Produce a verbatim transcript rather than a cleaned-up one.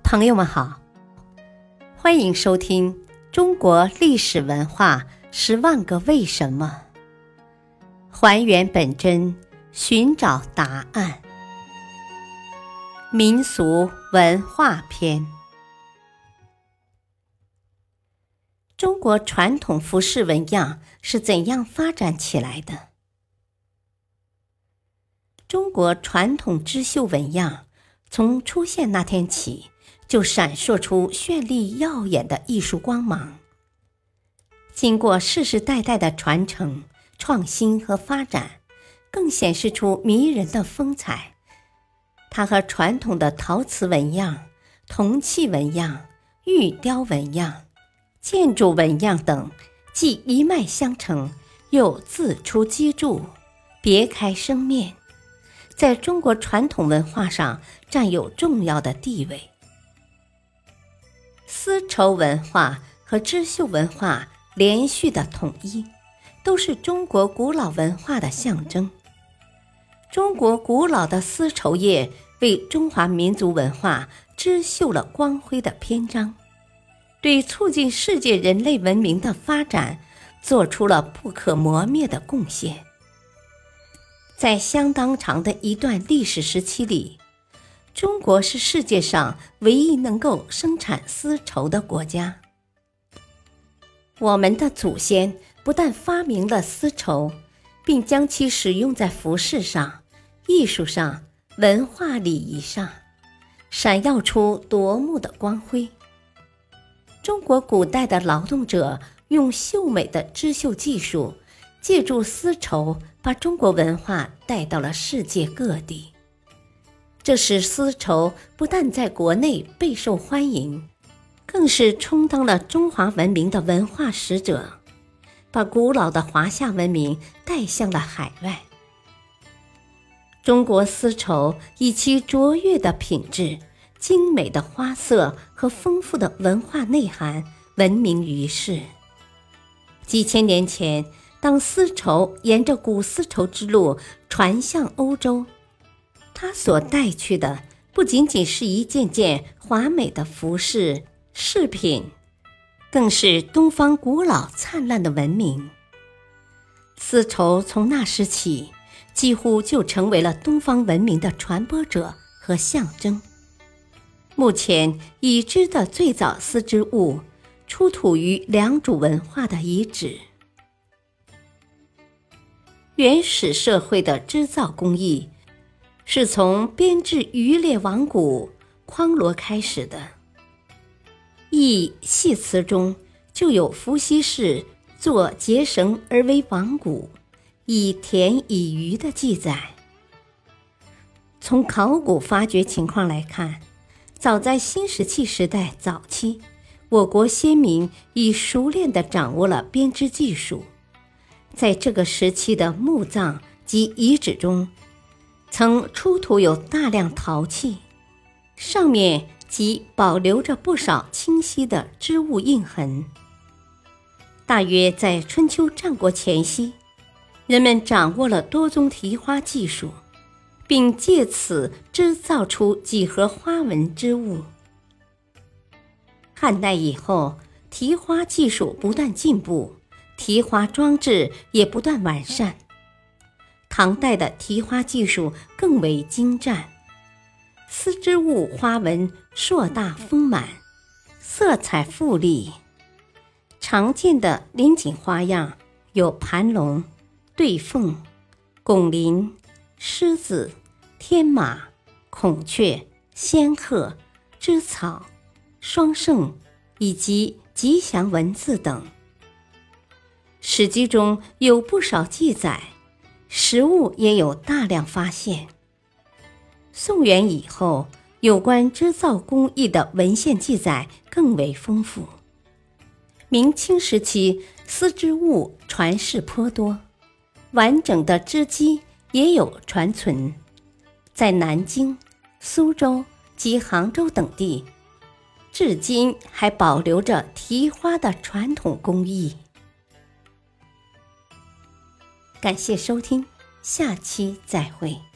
朋友们好，欢迎收听《中国历史文化十万个为什么》，还原本真，寻找答案。民俗文化篇。中国传统服饰纹样是怎样发展起来的？中国传统织绣纹样从出现那天起，就闪烁出绚丽耀眼的艺术光芒。经过世世代代的传承、创新和发展，更显示出迷人的风采。它和传统的陶瓷纹样、铜器纹样、玉雕纹样、建筑纹样等，既一脉相承，又自出机杼，别开生面，在中国传统文化上占有重要的地位。丝绸文化和织绣文化连续的统一，都是中国古老文化的象征。中国古老的丝绸业为中华民族文化织绣了光辉的篇章，对促进世界人类文明的发展做出了不可磨灭的贡献。在相当长的一段历史时期里，中国是世界上唯一能够生产丝绸的国家。我们的祖先不但发明了丝绸，并将其使用在服饰上、艺术上、文化礼仪上，闪耀出夺目的光辉。中国古代的劳动者用秀美的织绣技术，借助丝绸把中国文化带到了世界各地。这使丝绸不但在国内备受欢迎，更是充当了中华文明的文化使者，把古老的华夏文明带向了海外。中国丝绸以其卓越的品质、精美的花色和丰富的文化内涵闻名于世。几千年前，当丝绸沿着古丝绸之路传向欧洲，它所带去的不仅仅是一件件华美的服饰、饰品，更是东方古老灿烂的文明。丝绸从那时起，几乎就成为了东方文明的传播者和象征。目前已知的最早丝织物出土于良渚文化的遗址。原始社会的织造工艺是从编制渔猎网骨、匡罗开始的。易系辞中就有伏羲氏做结绳而为网骨，以田以渔的记载。从考古发掘情况来看，早在新石器时代早期，我国先民已熟练地掌握了编织技术。在这个时期的墓葬及遗址中，曾出土有大量陶器，上面即保留着不少清晰的织物印痕。大约在春秋战国前夕，人们掌握了多宗提花技术，并借此织造出几何花纹织物。汉代以后，提花技术不断进步，提花装置也不断完善。唐代的提花技术更为精湛，丝织物花纹硕大丰满，色彩富丽。常见的林锦花样有盘龙、对凤、拱麟、狮子、天马、孔雀、仙鹤、织草、双圣以及吉祥文字等。史记中有不少记载，实物也有大量发现。宋元以后，有关织造工艺的文献记载更为丰富。明清时期，丝织物传世颇多，完整的织机也有传存。在南京、苏州及杭州等地，至今还保留着提花的传统工艺。感谢收听，下期再会。